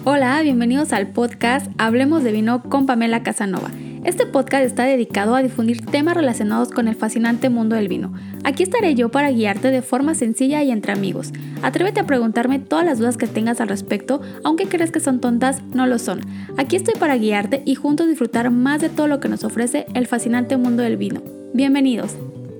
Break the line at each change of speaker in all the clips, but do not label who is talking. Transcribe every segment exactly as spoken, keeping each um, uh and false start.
Hola, bienvenidos al podcast Hablemos de Vino con Pamela Casanova. Este podcast está dedicado a difundir temas relacionados con el fascinante mundo del vino. Aquí estaré yo para guiarte de forma sencilla y entre amigos. Atrévete a preguntarme todas las dudas que tengas al respecto, aunque creas que son tontas, no lo son. Aquí estoy para guiarte y juntos disfrutar más de todo lo que nos ofrece el fascinante mundo del vino. Bienvenidos.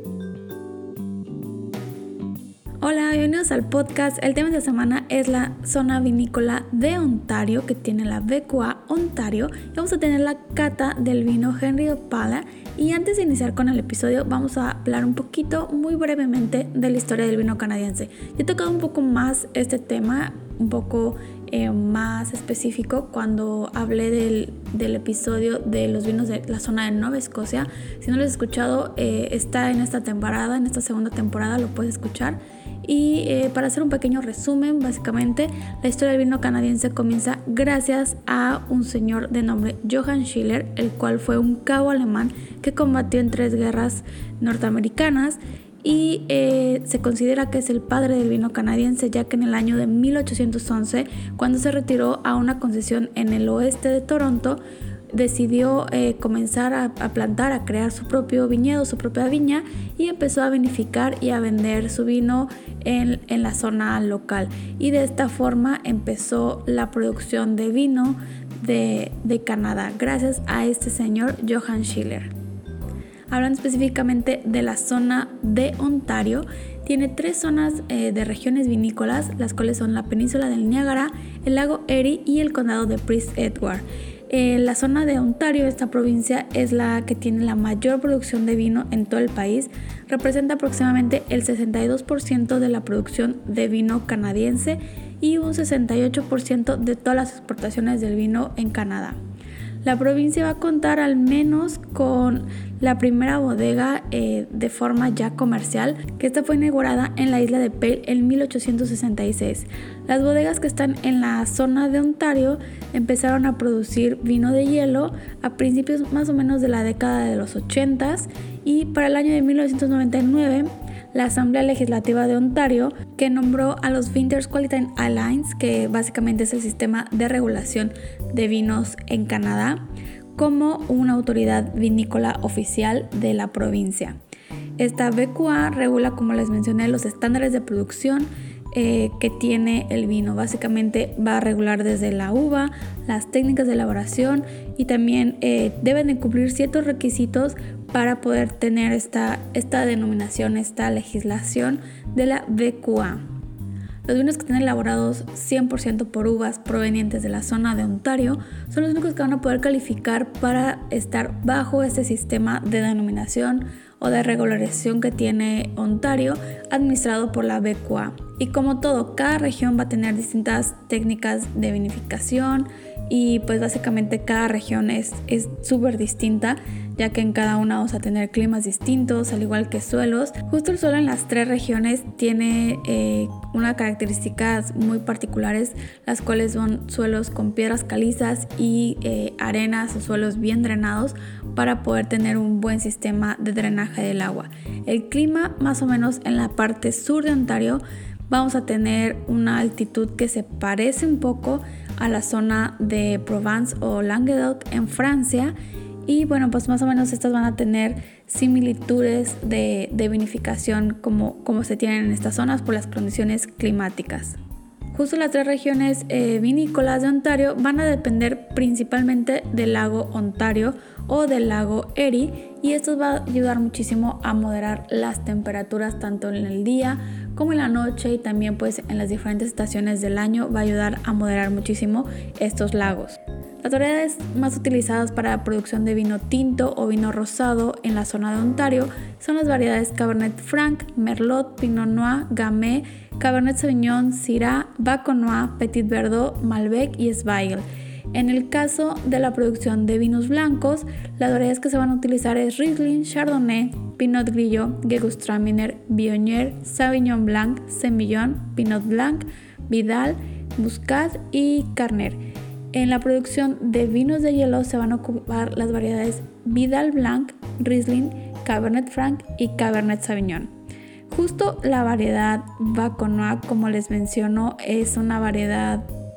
Hola, bienvenidos al podcast. El tema de esta semana es la zona vinícola de Ontario, que tiene la V Q A Ontario. Y vamos a tener la cata del vino Henry Opala. Y antes de iniciar con el episodio, vamos a hablar un poquito, muy brevemente, de la historia del vino canadiense. Yo he tocado un poco más este tema, un poco eh, más específico, cuando hablé del, del episodio de los vinos de la zona de Nueva Escocia. Si no lo has escuchado, eh, está en esta temporada, en esta segunda temporada, lo puedes escuchar. Y eh, para hacer un pequeño resumen, básicamente la historia del vino canadiense comienza gracias a un señor de nombre Johann Schiller, el cual fue un cabo alemán que combatió en tres guerras norteamericanas y eh, se considera que es el padre del vino canadiense, ya que en el año de mil ochocientos once, cuando se retiró a una concesión en el oeste de Toronto, decidió eh, comenzar a, a plantar, a crear su propio viñedo, su propia viña, y empezó a vinificar y a vender su vino en, en la zona local. Y de esta forma empezó la producción de vino de, de Canadá, gracias a este señor Johann Schiller. Hablando específicamente de la zona de Ontario, tiene tres zonas eh, de regiones vinícolas, las cuales son la península del Niágara, el lago Erie y el condado de Prince Edward. Eh, la zona de Ontario, esta provincia, es la que tiene la mayor producción de vino en todo el país. Representa aproximadamente el sesenta y dos por ciento de la producción de vino canadiense y un sesenta y ocho por ciento de todas las exportaciones del vino en Canadá. La provincia va a contar al menos con la primera bodega eh, de forma ya comercial, que esta fue inaugurada en la isla de Pale en mil ochocientos sesenta y seis. Las bodegas que están en la zona de Ontario empezaron a producir vino de hielo a principios más o menos de la década de los ochentas, y para el año de mil novecientos noventa y nueve la Asamblea Legislativa de Ontario, que nombró a los Vintners Quality Alliance, que básicamente es el sistema de regulación de vinos en Canadá, como una autoridad vinícola oficial de la provincia. Esta V Q A regula, como les mencioné, los estándares de producción eh, que tiene el vino. Básicamente va a regular desde la uva, las técnicas de elaboración, y también eh, deben de cumplir ciertos requisitos para poder tener esta, esta denominación, esta legislación de la V Q A. Los vinos que están elaborados cien por ciento por uvas provenientes de la zona de Ontario son los únicos que van a poder calificar para estar bajo este sistema de denominación o de regularización que tiene Ontario, administrado por la V Q A. Y como todo, cada región va a tener distintas técnicas de vinificación, y pues básicamente cada región es súper distinta, ya que en cada una vamos a tener climas distintos, al igual que suelos. Justo el suelo en las tres regiones tiene eh, unas características muy particulares, las cuales son suelos con piedras calizas y eh, arenas o suelos bien drenados para poder tener un buen sistema de drenaje del agua. El clima, más o menos en la parte sur de Ontario, vamos a tener una altitud que se parece un poco a la zona de Provence o Languedoc en Francia. Y bueno, pues más o menos estas van a tener similitudes de, de vinificación como, como se tienen en estas zonas por las condiciones climáticas. Justo las tres regiones eh, vinícolas de Ontario van a depender principalmente del lago Ontario o del lago Erie, y esto va a ayudar muchísimo a moderar las temperaturas tanto en el día como en la noche, y también pues en las diferentes estaciones del año va a ayudar a moderar muchísimo estos lagos. Las variedades más utilizadas para la producción de vino tinto o vino rosado en la zona de Ontario son las variedades Cabernet Franc, Merlot, Pinot Noir, Gamay, Cabernet Sauvignon, Syrah, Baco Noir, Petit Verdot, Malbec y Zweigel. En el caso de la producción de vinos blancos, las variedades que se van a utilizar es Riesling, Chardonnay, Pinot Grillo, Gewürztraminer, Viognier, Sauvignon Blanc, Semillon, Pinot Blanc, Vidal, Muscat y Carner. En la producción de vinos de hielo se van a ocupar las variedades Vidal Blanc, Riesling, Cabernet Franc y Cabernet Sauvignon. Justo la variedad Baco Noir, como les menciono, es una variedad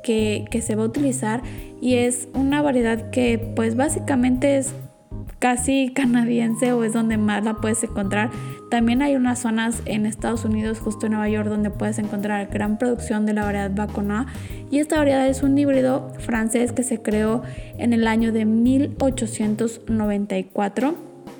que, que se va a utilizar, y es una variedad que pues básicamente es casi canadiense, o es donde más la puedes encontrar. También hay unas zonas en Estados Unidos, justo en Nueva York, donde puedes encontrar gran producción de la variedad Baconoa, y esta variedad es un híbrido francés que se creó en el año de mil ochocientos noventa y cuatro.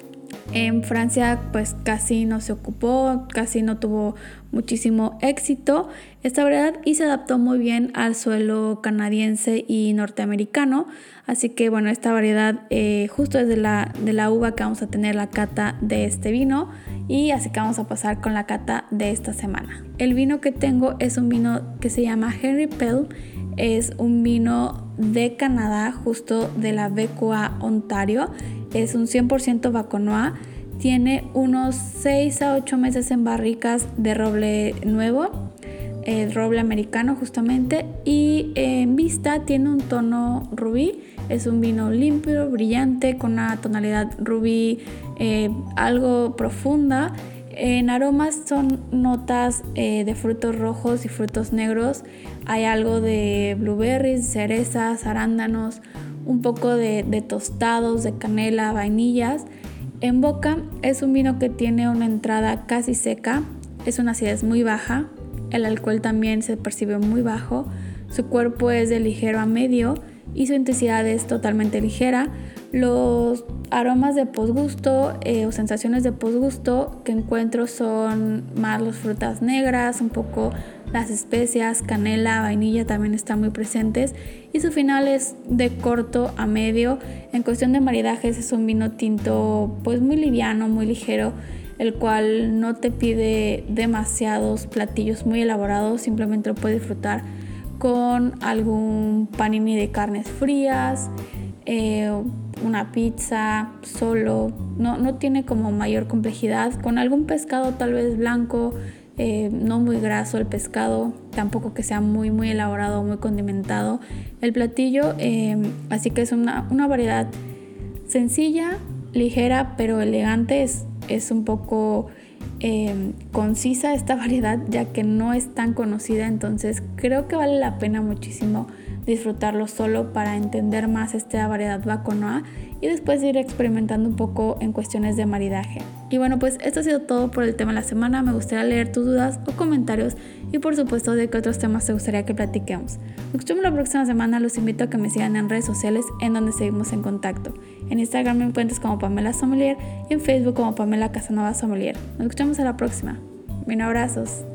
En Francia pues casi no se ocupó, casi no tuvo muchísimo éxito esta variedad, y se adaptó muy bien al suelo canadiense y norteamericano. Así que bueno, esta variedad eh, justo es de la, de la uva que vamos a tener la cata de este vino, y así que vamos a pasar con la cata de esta semana. El vino que tengo es un vino que se llama Henry Pell. Es un vino de Canadá, justo de la V Q A Ontario. Es un cien por ciento Baconoa. Tiene unos seis a ocho meses en barricas de roble nuevo, el roble americano justamente, y en vista tiene un tono rubí. Es un vino limpio, brillante, con una tonalidad rubí eh, algo profunda. En aromas son notas eh, de frutos rojos y frutos negros. Hay algo de blueberries, cerezas, arándanos, un poco de, de tostados, de canela, vainillas. En boca es un vino que tiene una entrada casi seca, es una acidez muy baja, el alcohol también se percibe muy bajo, su cuerpo es de ligero a medio y su intensidad es totalmente ligera. Los aromas de posgusto eh, o sensaciones de posgusto que encuentro son más las frutas negras, un poco las especias, canela, vainilla también están muy presentes, y su final es de corto a medio. En cuestión de maridajes es un vino tinto pues muy liviano, muy ligero, el cual no te pide demasiados platillos muy elaborados, simplemente lo puedes disfrutar con algún panini de carnes frías, eh, una pizza solo, no, no tiene como mayor complejidad, con algún pescado tal vez blanco, eh, no muy graso el pescado, tampoco que sea muy muy elaborado o muy condimentado el platillo, eh, así que es una, una variedad sencilla, ligera pero elegante. Es, es un poco eh, concisa esta variedad, ya que no es tan conocida, entonces creo que vale la pena muchísimo disfrutarlo solo para entender más esta variedad Baconoa y después ir experimentando un poco en cuestiones de maridaje. Y bueno, pues esto ha sido todo por el tema de la semana. Me gustaría leer tus dudas o comentarios, y por supuesto de qué otros temas te gustaría que platiquemos. Nos escuchamos la próxima semana. Los invito a que me sigan en redes sociales, en donde seguimos en contacto. En Instagram me encuentras como Pamela Sommelier y en Facebook como Pamela Casanova Sommelier. Nos escuchamos a la próxima. Bien, abrazos.